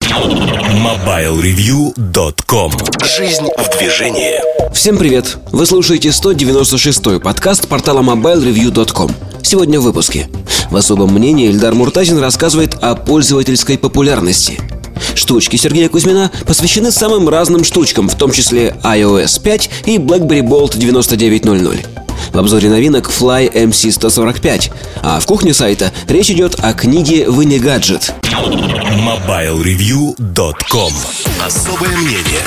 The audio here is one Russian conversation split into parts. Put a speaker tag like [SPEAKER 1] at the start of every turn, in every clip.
[SPEAKER 1] MobileReview.com. Жизнь в движении.
[SPEAKER 2] Всем привет! Вы слушаете 196-й подкаст портала MobileReview.com. Сегодня в выпуске. В особом мнении Эльдар Муртазин рассказывает о пользовательской популярности. Штучки Сергея Кузьмина посвящены самым разным штучкам, в том числе iOS 5 и BlackBerry Bold 9900. В обзоре новинок Fly MC145. А в кухне сайта речь идет о книге «Вы не гаджет».
[SPEAKER 1] MobileReview.com. Особое мнение.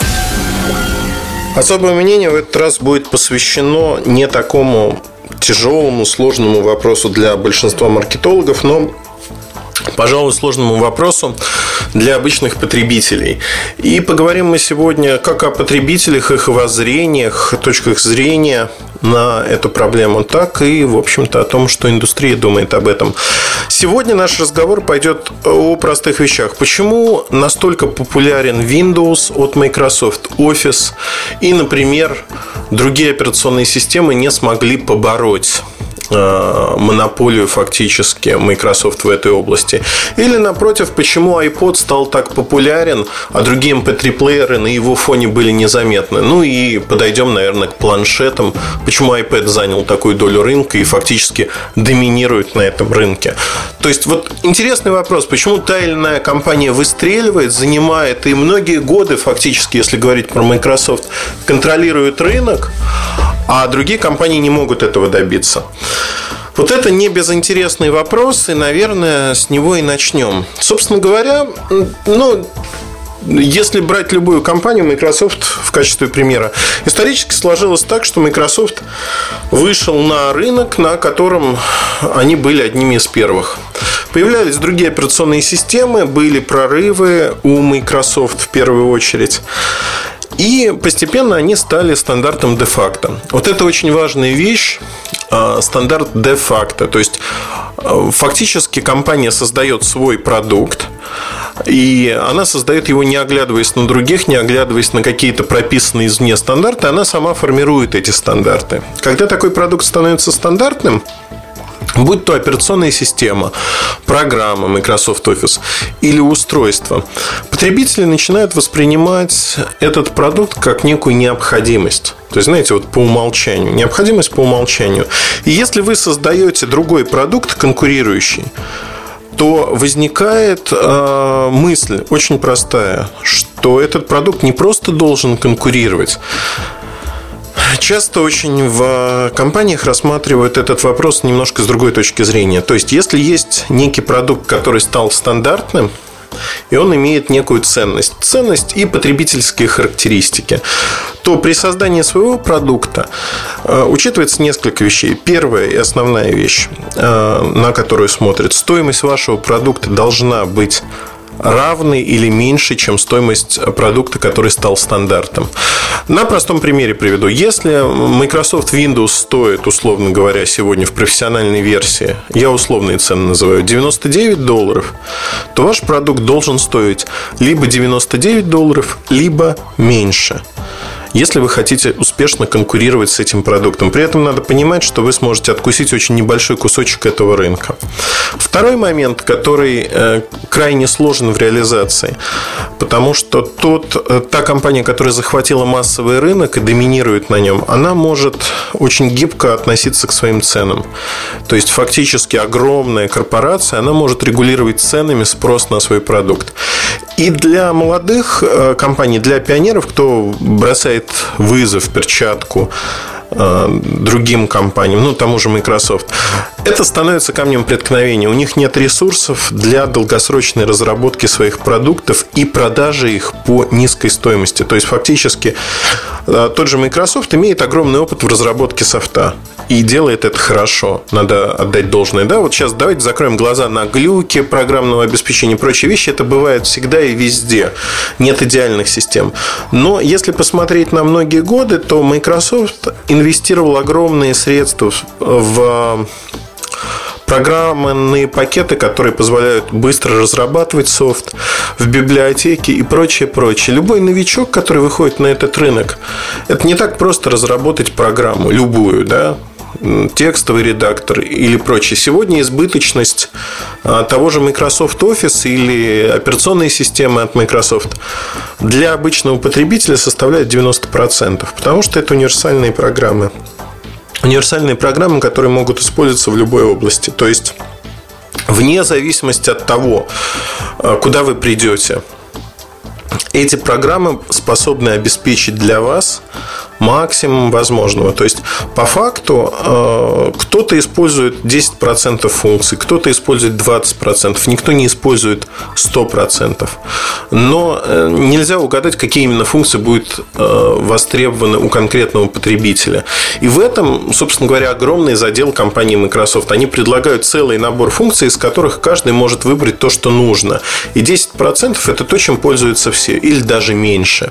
[SPEAKER 3] Особое мнение в этот раз будет посвящено не такому тяжелому, сложному вопросу для большинства маркетологов, но, пожалуй, сложному вопросу для обычных потребителей. И поговорим мы сегодня как о потребителях, их воззрениях, точках зрения на эту проблему, так и, в общем-то, о том, что индустрия думает об этом. Сегодня наш разговор пойдет о простых вещах. Почему настолько популярен Windows от Microsoft, Office и, например, другие операционные системы не смогли побороть монополию фактически Microsoft в этой области. Или, напротив, почему iPod стал так популярен, а другие MP3-плееры на его фоне были незаметны. Ну и подойдем, наверное, к планшетам. Почему iPad занял такую долю рынка и фактически доминирует на этом рынке. То есть, вот интересный вопрос. Почему та или иная компания выстреливает, занимает и многие годы фактически, если говорить про Microsoft, контролирует рынок, а другие компании не могут этого добиться. Вот это не безинтересный вопрос, и, наверное, с него и начнем. Собственно говоря, если брать любую компанию, Microsoft в качестве примера, исторически сложилось так, что Microsoft вышел на рынок, на котором они были одними из первых. Появлялись другие операционные системы, были прорывы у Microsoft в первую очередь. И постепенно они стали стандартом де-факто. Вот это очень важная вещь, стандарт де-факто. То есть, фактически компания создает свой продукт, и она создает его, не оглядываясь на других, не оглядываясь на какие-то прописанные извне стандарты. Она сама формирует эти стандарты. Когда такой продукт становится стандартным, будь то операционная система, программа Microsoft Office или устройство, потребители начинают воспринимать этот продукт как некую необходимость. То есть, знаете, вот по умолчанию. Необходимость по умолчанию. И если вы создаете другой продукт, конкурирующий, то возникает мысль очень простая, что этот продукт не просто должен конкурировать. Часто очень в компаниях рассматривают этот вопрос немножко с другой точки зрения. То есть, если есть некий продукт, который стал стандартным, и он имеет некую ценность и потребительские характеристики, то при создании своего продукта учитывается несколько вещей. Первая и основная вещь, на которую смотрят: стоимость вашего продукта должна быть равной или меньше, чем стоимость продукта, который стал стандартом. На простом примере приведу. Если Microsoft Windows стоит, условно говоря, сегодня в профессиональной версии, я условные цены называю, $99, то ваш продукт должен стоить либо $99, либо меньше, если вы хотите успешно конкурировать с этим продуктом. При этом надо понимать, что вы сможете откусить очень небольшой кусочек этого рынка. Второй момент, который крайне сложен в реализации, потому что та компания, которая захватила массовый рынок и доминирует на нем, она может очень гибко относиться к своим ценам. То есть, фактически огромная корпорация, она может регулировать ценами спрос на свой продукт. И для молодых компаний, для пионеров, кто бросает вызов, перчатку другим компаниям, тому же Microsoft, это становится камнем преткновения. У них нет ресурсов для долгосрочной разработки своих продуктов и продажи их по низкой стоимости. То есть, фактически, тот же Microsoft имеет огромный опыт в разработке софта и делает это хорошо. Надо отдать должное. Да, вот сейчас давайте закроем глаза на глюки программного обеспечения и прочие вещи. Это бывает всегда и везде. Нет идеальных систем. Но если посмотреть на многие годы, то Microsoft инвестировал огромные средства в программные пакеты, которые позволяют быстро разрабатывать софт, в библиотеке и прочее. Любой новичок, который выходит на этот рынок, это не так просто разработать программу, любую, да. текстовый редактор или прочее. Сегодня избыточность того же Microsoft Office или операционной системы от Microsoft для обычного потребителя составляет 90%, потому что это универсальные программы. Универсальные программы, которые могут использоваться в любой области. То есть, вне зависимости от того, куда вы придете, эти программы способны обеспечить для вас максимум возможного. То есть, по факту, кто-то использует 10% функций, кто-то использует 20%, никто не использует 100%. Но нельзя угадать, какие именно функции будут востребованы у конкретного потребителя. И в этом, собственно говоря, огромный задел компании Microsoft. Они предлагают целый набор функций, из которых каждый может выбрать то, что нужно. И 10% – это то, чем пользуются все, или даже меньше.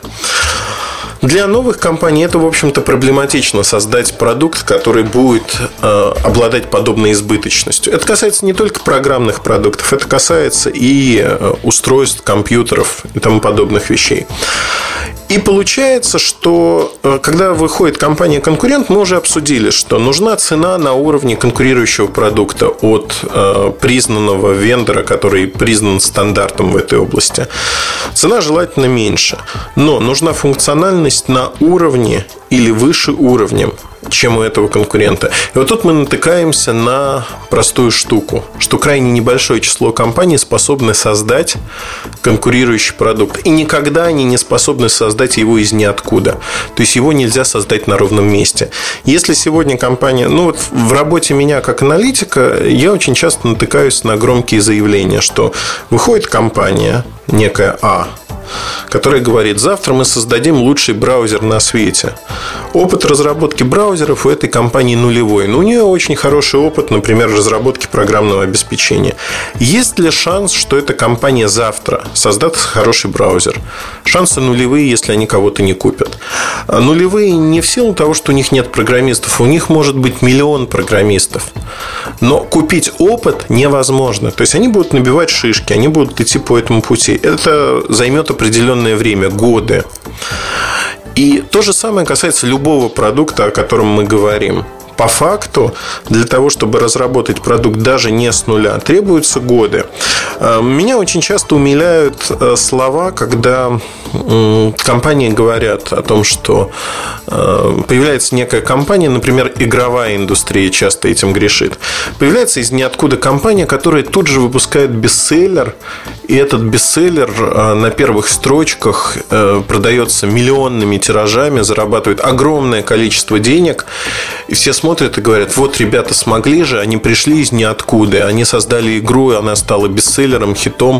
[SPEAKER 3] Для новых компаний это, в общем-то, проблематично создать продукт, который будет обладать подобной избыточностью. Это касается не только программных продуктов, это касается и устройств, компьютеров и тому подобных вещей. И получается, что когда выходит компания-конкурент, мы уже обсудили, что нужна цена на уровне конкурирующего продукта от признанного вендора, который признан стандартом в этой области. Цена желательно меньше, но нужна функциональность на уровне или выше уровня, чем у этого конкурента. И вот тут мы натыкаемся на простую штуку, что крайне небольшое число компаний способны создать конкурирующий продукт. И никогда они не способны создать его из ниоткуда. То есть его нельзя создать на ровном месте. Если сегодня компания... вот в работе меня как аналитика я очень часто натыкаюсь на громкие заявления, что выходит компания, некая А, которая говорит: завтра мы создадим лучший браузер на свете. Опыт разработки браузеров у этой компании нулевой. Но у нее очень хороший опыт, например, разработки программного обеспечения. Есть ли шанс, что эта компания завтра создаст хороший браузер? Шансы нулевые, если они кого-то не купят. Нулевые не в силу того, что у них нет программистов. У них может быть миллион программистов. Но купить опыт невозможно. То есть они будут набивать шишки, они будут идти по этому пути. Это займет определенное время, годы. И то же самое касается любого продукта, о котором мы говорим. По факту, для того, чтобы разработать продукт даже не с нуля, требуются годы. Меня очень часто умиляют слова, когда компании говорят о том, что появляется некая компания, например, игровая индустрия часто этим грешит. Появляется из ниоткуда компания, которая тут же выпускает бестселлер, и этот бестселлер на первых строчках продается миллионными тиражами, зарабатывает огромное количество денег, и все смотрят и говорят: вот ребята смогли же, они пришли из ниоткуда, они создали игру, и она стала бестселлером, хитом,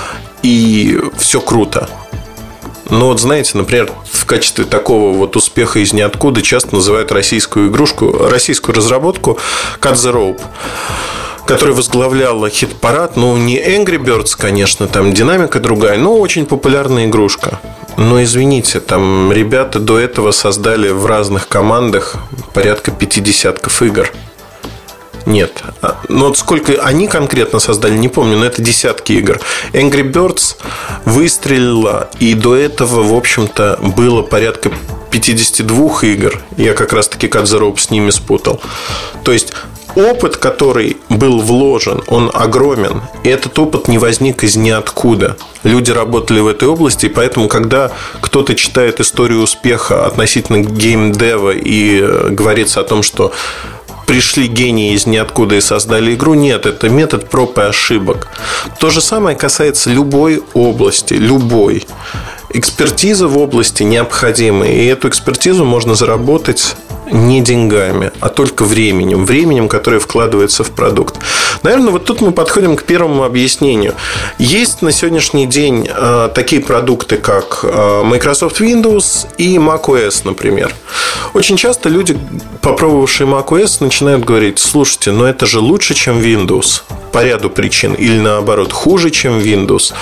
[SPEAKER 3] и все круто. Но вот знаете, например, в качестве такого вот успеха из ниоткуда часто называют российскую игрушку, российскую разработку Cut the Rope, которая возглавляла хит-парад. Ну, не Angry Birds, конечно, там динамика другая, но очень популярная игрушка. Но, извините, там ребята до этого создали в разных командах порядка 50 игр. Нет. Но вот сколько они конкретно создали, не помню, но это десятки игр. Angry Birds выстрелила, и до этого, в общем-то, было порядка 52 игр. Я как раз-таки Cut the Rope с ними спутал. То есть опыт, который был вложен, он огромен. И этот опыт не возник из ниоткуда. Люди работали в этой области, и поэтому, когда кто-то читает историю успеха относительно геймдева и говорится о том, что пришли гении из ниоткуда и создали игру, нет, это метод проб и ошибок. То же самое касается любой области, любой. Экспертиза в области необходима, и эту экспертизу можно заработать не деньгами, а только временем, которое вкладывается в продукт. Наверное, вот тут мы подходим к первому объяснению. Есть на сегодняшний день такие продукты, как Microsoft Windows и macOS, например. Очень часто люди, попробовавшие macOS, начинают говорить: слушайте, но это же лучше, чем Windows по ряду причин, или наоборот, хуже, чем Windows.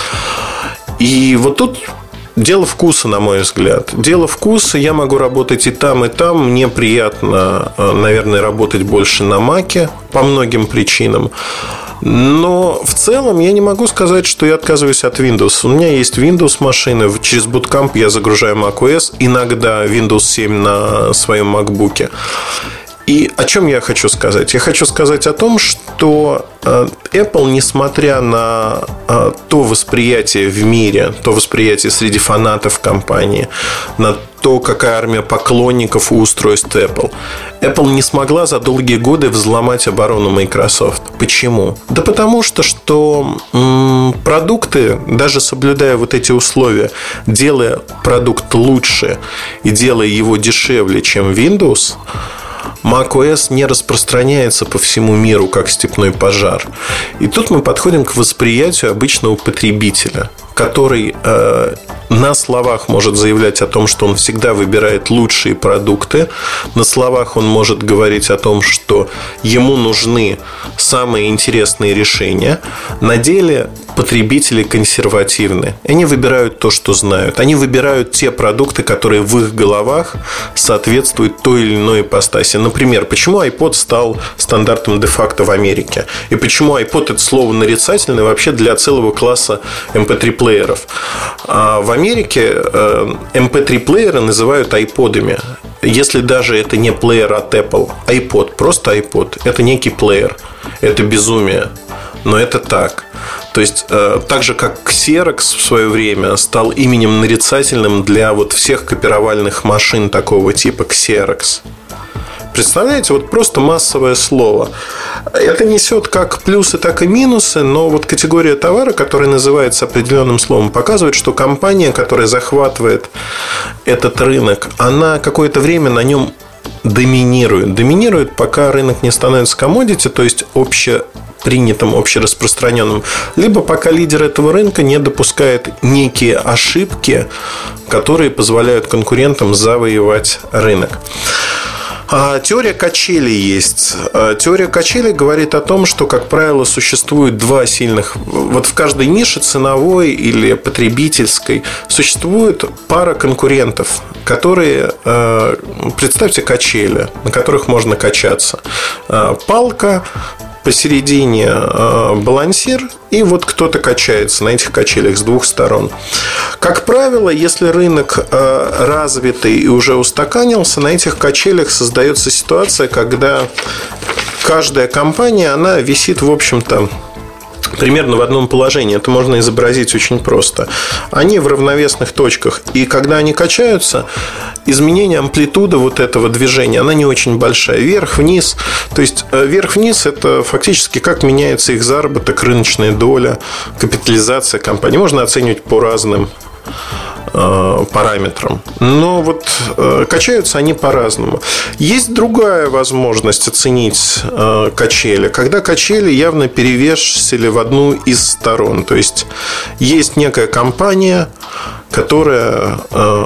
[SPEAKER 3] И вот тут дело вкуса, на мой взгляд. Дело вкуса. Я могу работать и там, и там. Мне приятно, наверное, работать больше на Маке по многим причинам. Но в целом я не могу сказать, что я отказываюсь от Windows. У меня есть Windows машины. Через Bootcamp я загружаю macOS. Иногда Windows 7 на своем MacBook. И о чем я хочу сказать? Я хочу сказать о том, что Apple, несмотря на то восприятие в мире, то восприятие среди фанатов компании, на то, какая армия поклонников у устройств Apple не смогла за долгие годы взломать оборону Microsoft. Почему? Да потому что продукты, даже соблюдая вот эти условия, делая продукт лучше и делая его дешевле, чем Windows, macOS не распространяется по всему миру, как степной пожар. И тут мы подходим к восприятию обычного потребителя, который на словах может заявлять о том, что он всегда выбирает лучшие продукты. На словах он может говорить о том, что ему нужны самые интересные решения. На деле потребители консервативны. Они выбирают то, что знают. Они выбирают те продукты, которые в их головах соответствуют той или иной ипостаси. Например, почему iPod стал стандартом де-факто в Америке? И почему iPod – это слово нарицательное вообще для целого класса MP3-плееров? В Америке MP3-плееры называют айподами. Если даже это не плеер от Apple, iPod, просто iPod, это некий плеер. Это безумие. Но это так. То есть, так же, как Xerox в свое время стал именем нарицательным для вот всех копировальных машин такого типа Xerox. Представляете, вот просто массовое слово. Это несет как плюсы, так и минусы, но вот категория товара, которая называется определенным словом, показывает, что компания, которая захватывает этот рынок, она какое-то время на нем доминирует. Доминирует, пока рынок не становится commodity, то есть общепринятым, общераспространенным, либо пока лидер этого рынка не допускает некие ошибки, которые позволяют конкурентам завоевать рынок. Теория качелей есть. Теория качелей говорит о том, что, как правило, существует два сильных... Вот в каждой нише ценовой или потребительской существует пара конкурентов, которые... Представьте качели, на которых можно качаться. Палка, посередине балансир, и вот кто-то качается на этих качелях с двух сторон. Как правило, если рынок развитый и уже устаканился, на этих качелях создается ситуация, когда каждая компания, она висит, в общем-то, примерно в одном положении. Это можно изобразить очень просто. Они в равновесных точках. И когда они качаются, изменение амплитуды вот этого движения, она не очень большая. Вверх-вниз. То есть вверх-вниз – это фактически как меняется их заработок, рыночная доля, капитализация компании. Можно оценивать по разным параметрам. Но вот качаются они по-разному. Есть другая возможность оценить качели, когда качели явно перевесили в одну из сторон. То есть есть некая компания, которая,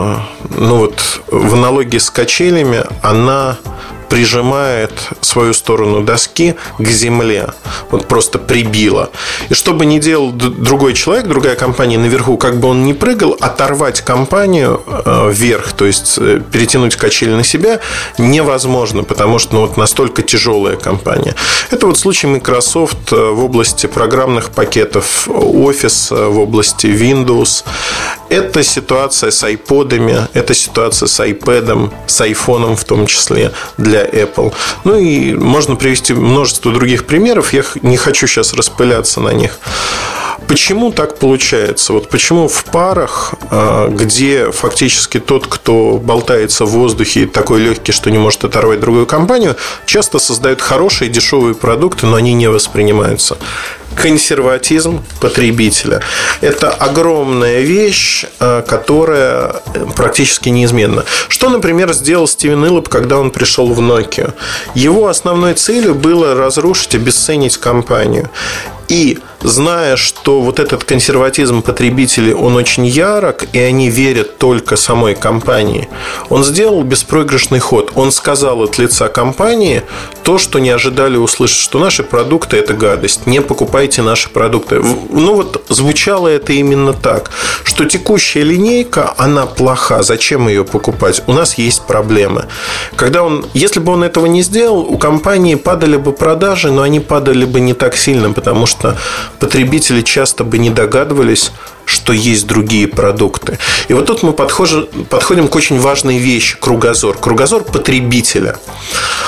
[SPEAKER 3] ну вот, в аналогии с качелями, она прижимает свою сторону доски к земле. Вот просто прибила. И что бы ни делал другой человек, другая компания наверху, как бы он ни прыгал, оторвать компанию вверх, то есть перетянуть качели на себя, невозможно, потому что вот настолько тяжелая компания. Это вот случай Microsoft в области программных пакетов Office, в области Windows. Это ситуация с iPod'ами, это ситуация с iPad'ом, с iPhone'ом в том числе для Apple. Ну и можно привести множество других примеров. Я не хочу сейчас распыляться на них. Почему так получается? Вот почему в парах, где фактически тот, кто болтается в воздухе, такой легкий, что не может оторвать другую компанию, часто создают хорошие дешевые продукты, но они не воспринимаются? Консерватизм потребителя. Это огромная вещь, которая практически неизменна. Что, например, сделал Стивен Иллоп, когда он пришел в Nokia? Его основной целью было разрушить, обесценить компанию. И зная, что вот этот консерватизм потребителей, он очень ярок, и они верят только самой компании, он сделал беспроигрышный ход. Он сказал от лица компании то, что не ожидали услышать, что наши продукты – это гадость, не покупайте наши продукты. Ну вот звучало это именно так, что текущая линейка, она плоха, зачем ее покупать? У нас есть проблемы. Если бы он этого не сделал, у компании падали бы продажи, но они падали бы не так сильно, потому что потребители часто бы не догадывались, что есть другие продукты. И вот тут мы подходим к очень важной вещи – кругозор. Кругозор потребителя.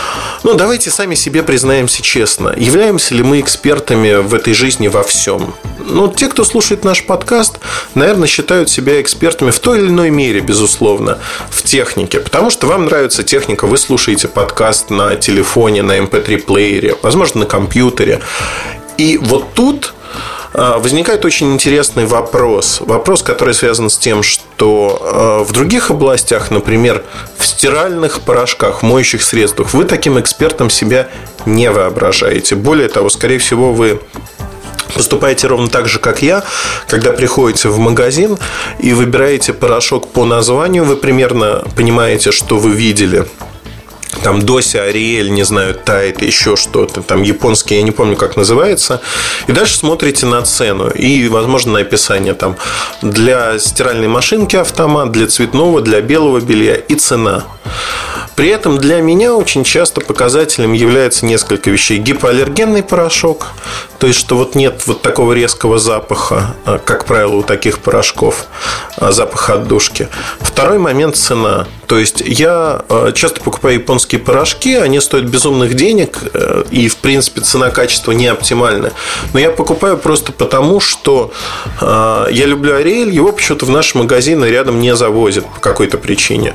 [SPEAKER 3] давайте сами себе признаемся честно. Являемся ли мы экспертами в этой жизни во всем? Те, кто слушает наш подкаст, наверное, считают себя экспертами в той или иной мере, безусловно, в технике. Потому что вам нравится техника, вы слушаете подкаст на телефоне, на MP3-плеере, возможно, на компьютере. И вот тут возникает очень интересный вопрос. Вопрос, который связан с тем, что в других областях, например, в стиральных порошках, в моющих средствах, вы таким экспертом себя не воображаете. Более того, скорее всего, вы поступаете ровно так же, как я. Когда приходите в магазин и выбираете порошок по названию, вы примерно понимаете, что вы видели. Там Дося, Ариэль, не знаю, Тайд, еще что-то. Там японский, я не помню, как называется. И дальше смотрите на цену и, возможно, на описание. Там для стиральной машинки автомат, для цветного, для белого белья и цена. При этом для меня очень часто показателем является несколько вещей. Гипоаллергенный порошок, то есть, что вот нет вот такого резкого запаха, как правило, у таких порошков, запаха отдушки. Второй момент – цена. То есть, я часто покупаю японские порошки, они стоят безумных денег, и, в принципе, цена-качество не оптимальны. Но я покупаю просто потому, что я люблю Ариэль, его почему-то в наши магазины рядом не завозят по какой-то причине.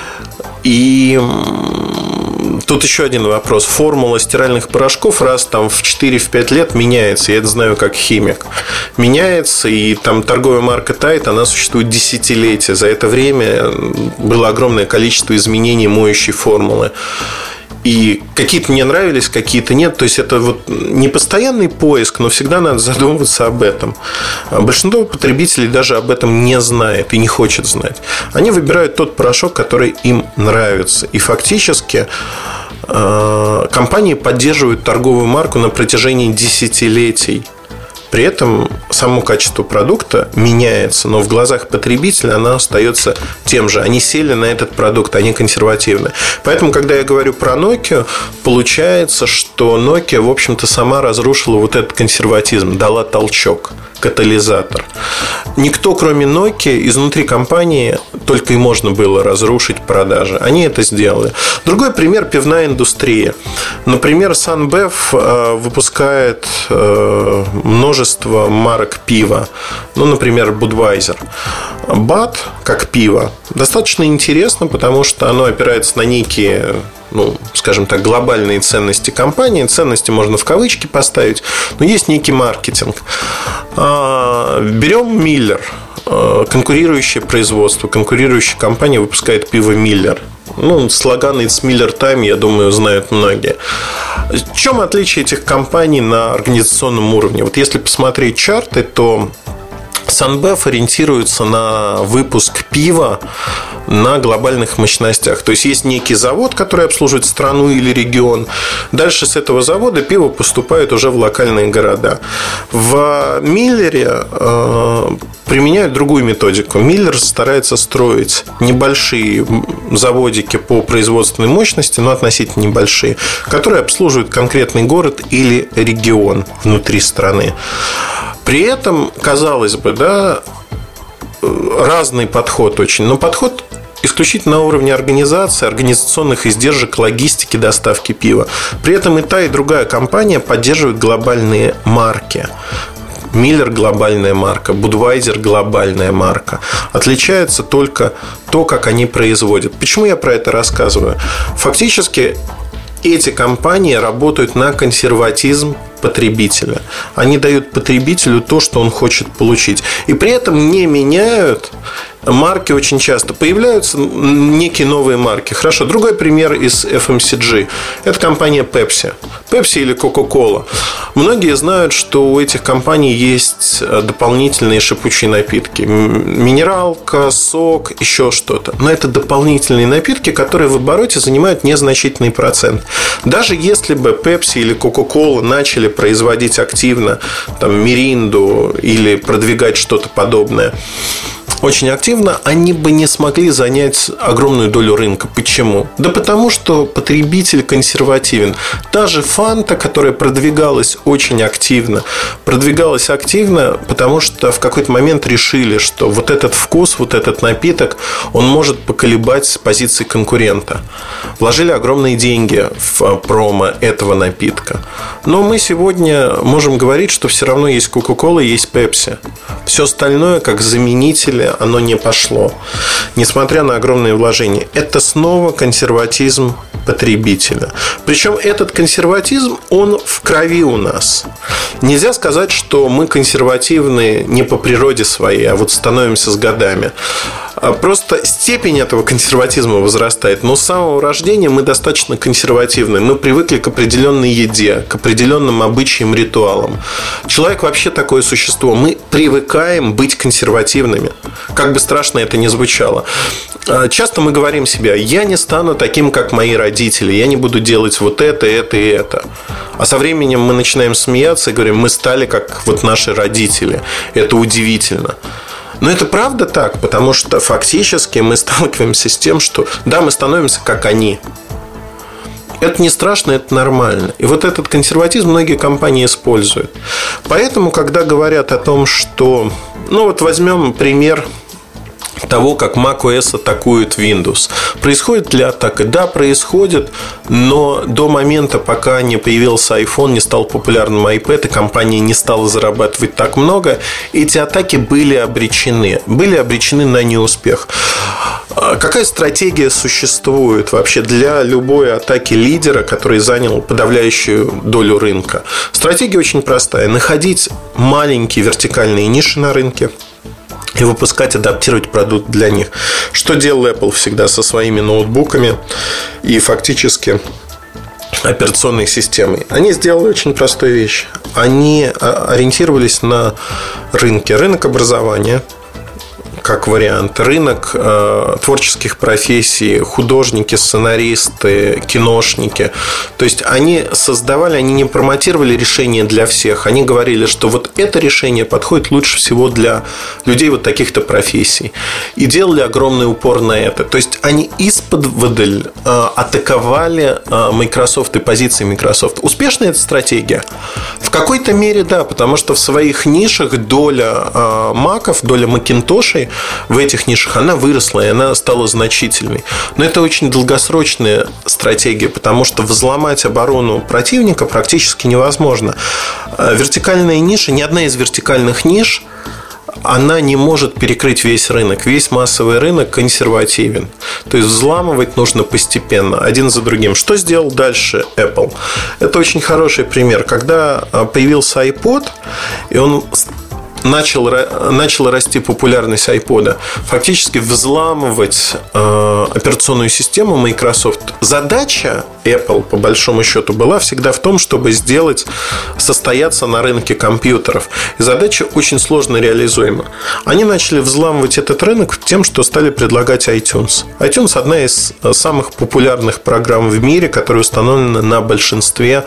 [SPEAKER 3] И тут еще один вопрос. Формула стиральных порошков раз там в 4-5 лет меняется. Я это знаю как химик. Меняется, и там торговая марка Tide, она существует десятилетия. За это время было огромное количество изменений моющей формулы. И какие-то мне нравились, какие-то нет. То есть, это вот не постоянный поиск, но всегда надо задумываться об этом. Большинство потребителей даже об этом не знает и не хочет знать. Они выбирают тот порошок, который им нравится. И фактически компании поддерживают торговую марку на протяжении десятилетий. При этом само качество продукта меняется, но в глазах потребителя оно остается тем же. Они сели на этот продукт, они консервативны. Поэтому, когда я говорю про Nokia, получается, что Nokia, в общем-то, сама разрушила вот этот консерватизм, дала толчок, катализатор. Никто, кроме Nokia, изнутри компании только и можно было разрушить продажи. Они это сделали. Другой пример – пивная индустрия. Например, SunBev выпускает множество марок пива. Например, Budweiser. Bud, как пиво, достаточно интересно, потому что оно опирается на некие, скажем так, глобальные ценности компании. Ценности можно в кавычки поставить, но есть некий маркетинг. Берем Miller. Конкурирующее производство, конкурирующая компания выпускает пиво Miller. Слоган «It's Miller Time», я думаю, знают многие. В чем отличие этих компаний на организационном уровне? Вот если посмотреть чарты, то SunBev ориентируется на выпуск пива на глобальных мощностях. То есть, есть некий завод, который обслуживает страну или регион. Дальше с этого завода пиво поступает уже в локальные города. В Миллере применяют другую методику. Миллер старается строить небольшие заводики по производственной мощности, но относительно небольшие, которые обслуживают конкретный город или регион внутри страны. При этом, казалось бы, разный подход очень, но подход исключительно на уровне организации, организационных издержек, логистики доставки пива. При этом и та, и другая компания поддерживают глобальные марки. Miller – глобальная марка, Budweiser – глобальная марка. Отличается только то, как они производят. Почему я про это рассказываю? Фактически, эти компании работают на консерватизм потребителя. Они дают потребителю то, что он хочет получить. И при этом не меняют марки очень часто. Появляются некие новые марки. Хорошо, другой пример из FMCG. Это компания Pepsi. Pepsi или Coca-Cola. Многие знают, что у этих компаний есть дополнительные шипучие напитки. Минералка, сок, еще что-то. Но это дополнительные напитки, которые в обороте занимают незначительный процент. Даже если бы Pepsi или Coca-Cola начали производить активно Миринду или продвигать что-то подобное, очень активно, они бы не смогли занять огромную долю рынка. Почему? Да потому что потребитель консервативен. Та же Фанта, которая продвигалась очень активно, потому что в какой-то момент решили, что вот этот вкус, вот этот напиток, он может поколебать с позиции конкурента. Вложили огромные деньги в промо этого напитка. Но мы сегодня можем говорить, что все равно есть Coca-Cola и есть Pepsi. Все остальное, как заменители, оно не пошло, несмотря на огромные вложения. Это снова консерватизм потребителя. Причем этот консерватизм, он в крови у нас. Нельзя сказать, что мы консервативны не по природе своей, а вот становимся с годами. Просто степень этого консерватизма возрастает. Но с самого рождения мы достаточно консервативны. Мы привыкли к определенной еде, к определенным обычаям, ритуалам. Человек вообще такое существо. Мы привыкаем быть консервативными. Как бы страшно это ни звучало. Часто мы говорим себе: я не стану таким, как мои родители, я не буду делать вот это и это. А со временем мы начинаем смеяться и говорим: мы стали как вот наши родители. Это удивительно. Но это правда так, потому что фактически мы сталкиваемся с тем, что да, мы становимся как они. Это не страшно, это нормально. И вот этот консерватизм многие компании используют. Поэтому, когда говорят о том, что... Ну вот возьмем пример того, как macOS атакует Windows. Происходит ли атака? Да, происходит, но до момента, пока не появился iPhone, не стал популярным iPad, и компания не стала зарабатывать так много, эти атаки были обречены на неуспех. Какая стратегия существует вообще для любой атаки лидера, который занял подавляющую долю рынка? Стратегия очень простая. Находить маленькие вертикальные ниши на рынке и выпускать, адаптировать продукт для них. Что делал Apple всегда со своими ноутбуками и фактически операционной системой? Они сделали очень простую вещь. Они ориентировались на рынки. Рынок образования, как вариант, рынок творческих профессий, художники, сценаристы, киношники. То есть они создавали, они не промотировали решение для всех. Они говорили, что вот это решение подходит лучше всего для людей вот таких-то профессий. И делали огромный упор на это. То есть они исподволь атаковали Microsoft и позиции Microsoft. Успешная эта стратегия? В какой-то мере да, потому что в своих нишах доля маков, доля макинтошей в этих нишах, она выросла, и она стала значительной. Но это очень долгосрочная стратегия, потому что взломать оборону противника практически невозможно. Вертикальная ниша, ни одна из вертикальных ниш, она не может перекрыть весь рынок. Весь массовый рынок консервативен. То есть взламывать нужно постепенно, один за другим. Что сделал дальше Apple? Это очень хороший пример. Когда появился iPod, и он начала расти популярность iPod, фактически взламывать операционную систему Microsoft. Задача Apple, по большому счету, была всегда в том, чтобы состояться на рынке компьютеров. И задача очень сложно реализуема. Они начали взламывать этот рынок тем, что стали предлагать iTunes. iTunes – одна из самых популярных программ в мире, которая установлена на большинстве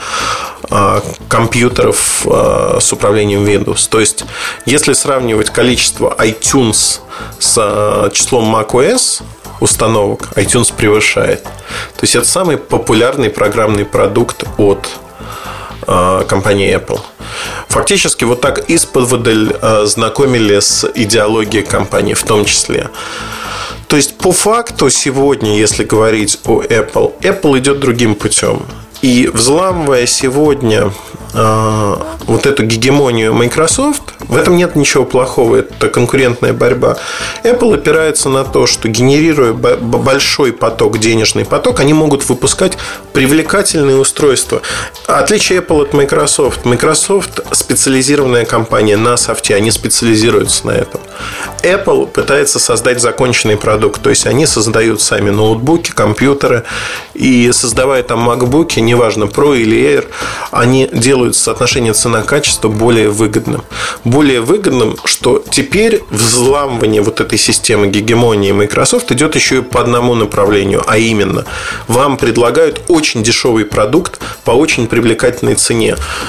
[SPEAKER 3] компьютеров с управлением Windows. То есть, если сравнивать количество iTunes с числом macOS установок, iTunes превышает. То есть это самый популярный программный продукт от компании Apple. Фактически вот так исподволь знакомили с идеологией компании в том числе. То есть по факту сегодня, если говорить о Apple идет другим путем. И взламывая сегодня вот эту гегемонию Microsoft, в этом нет ничего плохого, это конкурентная борьба. Apple опирается на то, что генерируя большой поток, денежный поток, они могут выпускать привлекательные устройства. Отличие Apple от Microsoft. Microsoft специализированная компания на софте, они специализируются на этом. Apple пытается создать законченный продукт, то есть они создают сами ноутбуки, компьютеры, и создавая там MacBook, неважно, Pro или Air, они делают соотношение цена-качество более выгодным. Более выгодным, что теперь взламывание вот этой системы гегемонии Microsoft идет еще и по одному направлению, а именно, вам предлагают очень дешевый продукт по очень привлекательной цене.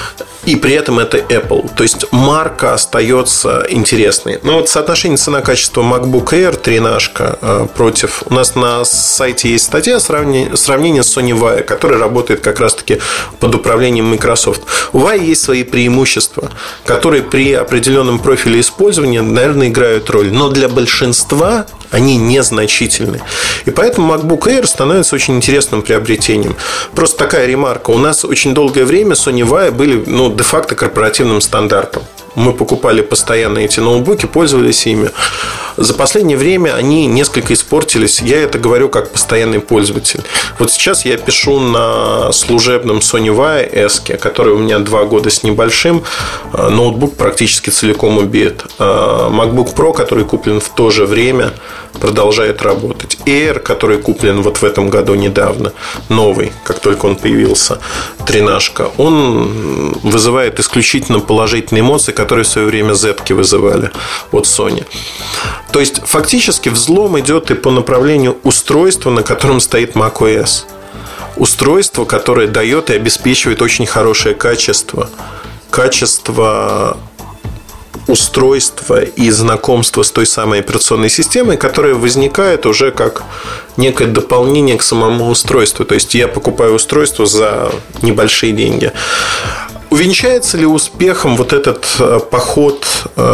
[SPEAKER 3] И при этом это Apple. То есть марка остается интересной. Но вот соотношение цена-качество MacBook Air 13 против... У нас на сайте есть статья сравнение с Sony Vaio, который работает как раз-таки под управлением Microsoft. У Vaio есть свои преимущества, которые при определенном профиле использования, наверное, играют роль. Но для большинства они незначительны. И поэтому MacBook Air становится очень интересным приобретением. Просто такая ремарка. У нас очень долгое время Sony Vaio были, де-факто корпоративным стандартом. Мы покупали постоянно эти ноутбуки, пользовались ими. За последнее время они несколько испортились. Я это говорю как постоянный пользователь. Вот сейчас я пишу на служебном Sony Vaio S, который у меня 2 года с небольшим. Ноутбук практически целиком убит. MacBook Pro, который куплен в то же время, продолжает работать. Air, который куплен вот в этом году недавно, новый, как только он появился, 13, он вызывает исключительно положительные эмоции, которые в свое время Z-ки вызывали от Sony. То есть фактически взлом идет и по направлению устройства, на котором стоит macOS. Устройство, которое дает и обеспечивает очень хорошее качество устройства и знакомства с той самой операционной системой, которая возникает уже как некое дополнение к самому устройству. То есть я покупаю устройство за небольшие деньги. Увенчается ли успехом вот этот поход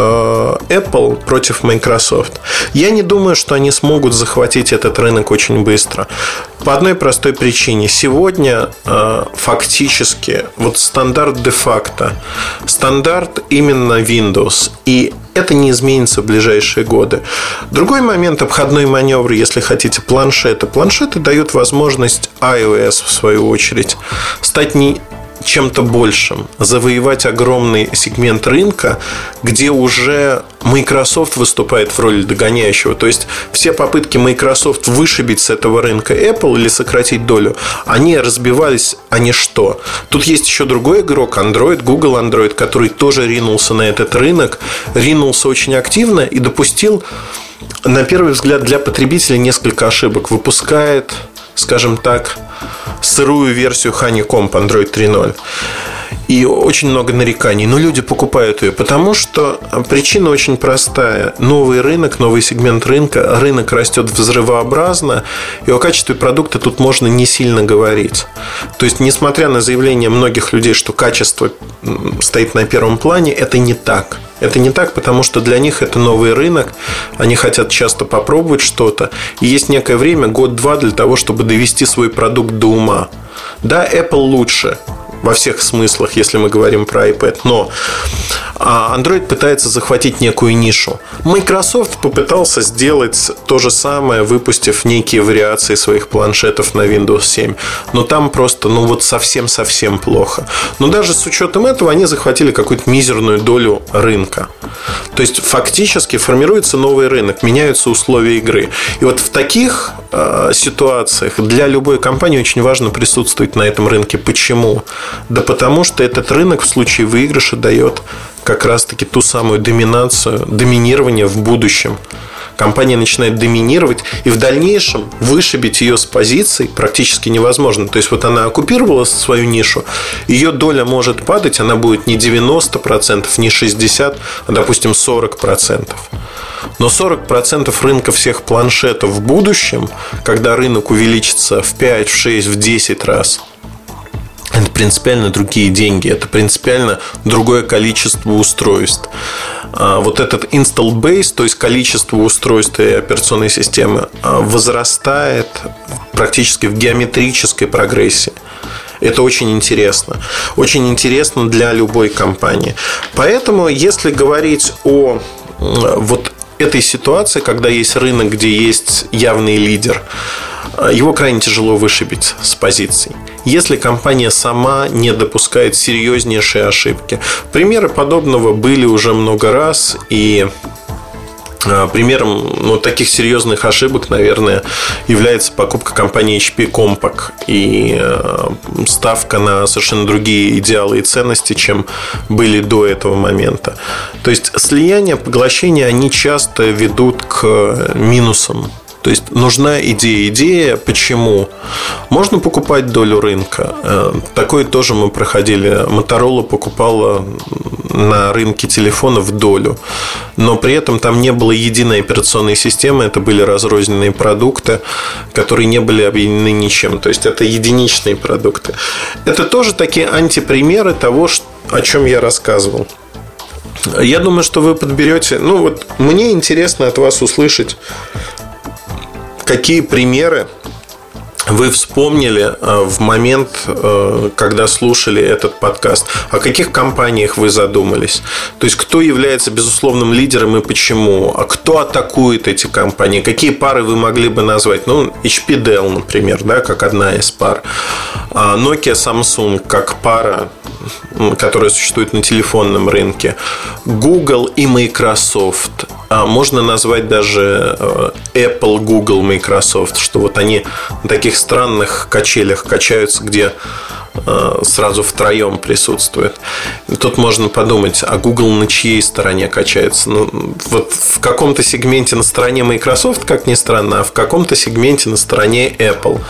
[SPEAKER 3] Apple против Microsoft? Я не думаю, что они смогут захватить этот рынок очень быстро. По одной простой причине. Сегодня фактически вот стандарт де-факто, стандарт именно Windows. И это не изменится в ближайшие годы. Другой момент, обходной маневр, если хотите, планшеты. Планшеты дают возможность iOS, в свою очередь, стать не чем-то большим, завоевать огромный сегмент рынка, где уже Microsoft выступает в роли догоняющего. То есть все попытки Microsoft вышибить с этого рынка Apple или сократить долю, они разбивались о ничто. Тут есть еще другой игрок, Android, Google Android, который тоже ринулся на этот рынок, ринулся очень активно и допустил, на первый взгляд, для потребителя несколько ошибок. Выпускает, скажем так, сырую версию Honeycomb Android 3.0. И очень много нареканий. Но люди покупают ее, потому что причина очень простая. Новый рынок, новый сегмент рынка. Рынок растет взрывообразно. И о качестве продукта тут можно не сильно говорить. То есть, несмотря на заявление многих людей, что качество стоит на первом плане, это не так. Это не так, потому что для них это новый рынок. Они хотят часто попробовать что-то. И есть некое время, год-два, для того, чтобы довести свой продукт до ума. Да, Apple лучше во всех смыслах, если мы говорим про iPad, но Android пытается захватить некую нишу. Microsoft попытался сделать то же самое, выпустив некие вариации своих планшетов на Windows 7. Но там просто, совсем-совсем плохо. Но даже с учетом этого они захватили какую-то мизерную долю рынка. То есть фактически формируется новый рынок, меняются условия игры. И вот в таких ситуациях для любой компании очень важно присутствовать на этом рынке. Почему? Да потому что этот рынок в случае выигрыша дает как раз-таки ту самую доминирование в будущем. Компания начинает доминировать, и в дальнейшем вышибить ее с позиций практически невозможно. То есть вот она оккупировала свою нишу, ее доля может падать, она будет не 90%, не 60%, а, допустим, 40%. Но 40% рынка всех планшетов в будущем, когда рынок увеличится в 5, в 6, в 10 раз, это принципиально другие деньги, это принципиально другое количество устройств. Вот этот install base, то есть количество устройств и операционной системы, возрастает практически в геометрической прогрессии. Это очень интересно. Очень интересно для любой компании. Поэтому, если говорить о вот этой ситуации, когда есть рынок, где есть явный лидер, его крайне тяжело вышибить с позиций, если компания сама не допускает серьезнейшие ошибки. Примеры подобного были уже много раз. И примером таких серьезных ошибок, наверное, является покупка компании HP Compaq и ставка на совершенно другие идеалы и ценности, чем были до этого момента. То есть слияние, поглощение, они часто ведут к минусам То есть нужна идея. Почему? Можно покупать долю рынка. Такое тоже мы проходили. Motorola покупала на рынке телефонов долю, но при этом там не было единой операционной системы. Это были разрозненные продукты, которые не были объединены ничем. То есть это единичные продукты. Это тоже такие антипримеры того, о чем я рассказывал. Я думаю, что вы подберете. Мне интересно от вас услышать, какие примеры вы вспомнили в момент, когда слушали этот подкаст. О каких компаниях вы задумались? То есть, кто является безусловным лидером и почему? А кто атакует эти компании? Какие пары вы могли бы назвать? HP Dell, например, да, как одна из пар. Nokia Samsung как пара, которая существует на телефонном рынке. Google и Microsoft. Можно назвать даже Apple, Google, Microsoft, что они на таких странных качелях качаются, где сразу втроем присутствует. И тут можно подумать, а Google на чьей стороне качается? В каком-то сегменте на стороне Microsoft, как ни странно, а в каком-то сегменте на стороне Apple.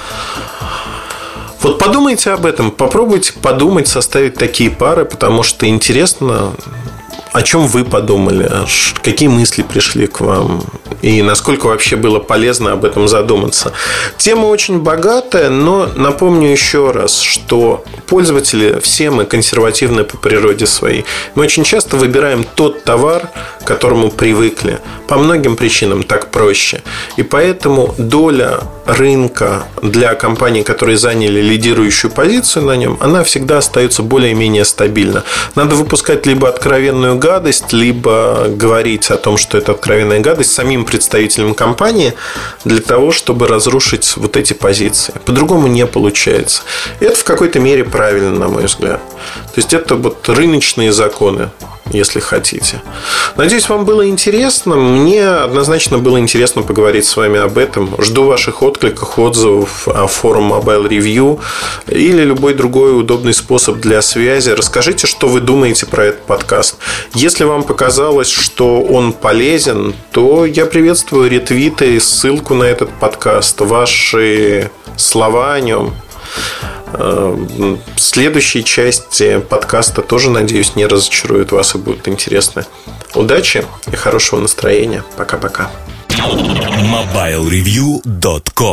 [SPEAKER 3] Подумайте об этом, попробуйте подумать, составить такие пары, потому что интересно, о чем вы подумали, какие мысли пришли к вам и насколько вообще было полезно об этом задуматься. Тема очень богатая, но напомню еще раз, что пользователи все мы консервативны по природе своей. Мы очень часто выбираем тот товар, к которому привыкли. По многим причинам так проще. И поэтому доля рынка для компаний, которые заняли лидирующую позицию на нем, она всегда остается более-менее стабильна. Надо выпускать либо откровенную гадость, либо говорить о том, что это откровенная гадость самим представителям компании для того, чтобы разрушить эти позиции. По-другому не получается. И это в какой-то мере правильно, на мой взгляд. То есть это рыночные законы, если хотите. Надеюсь, вам было интересно. Мне однозначно было интересно поговорить с вами об этом. Жду ваших откликов, отзывов о форум Mobile Review или любой другой удобный способ для связи. Расскажите, что вы думаете про этот подкаст. Если вам показалось, что он полезен, то я приветствую ретвиты и ссылку на этот подкаст, ваши слова о нем. Следующие части подкаста тоже, надеюсь, не разочаруют вас и будут интересны. Удачи и хорошего настроения. Пока-пока.
[SPEAKER 1] MobileReview.com